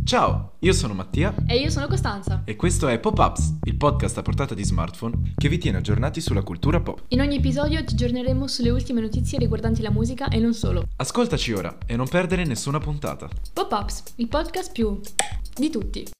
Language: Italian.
Ciao, io sono Mattia E io sono Costanza. e questo è Pop-Ups, il podcast a portata di smartphone che vi tiene aggiornati sulla cultura pop. In ogni episodio ti aggiorneremo sulle ultime notizie riguardanti la musica e non solo. Ascoltaci ora e non perdere nessuna puntata. Pop-Ups, il podcast più di tutti.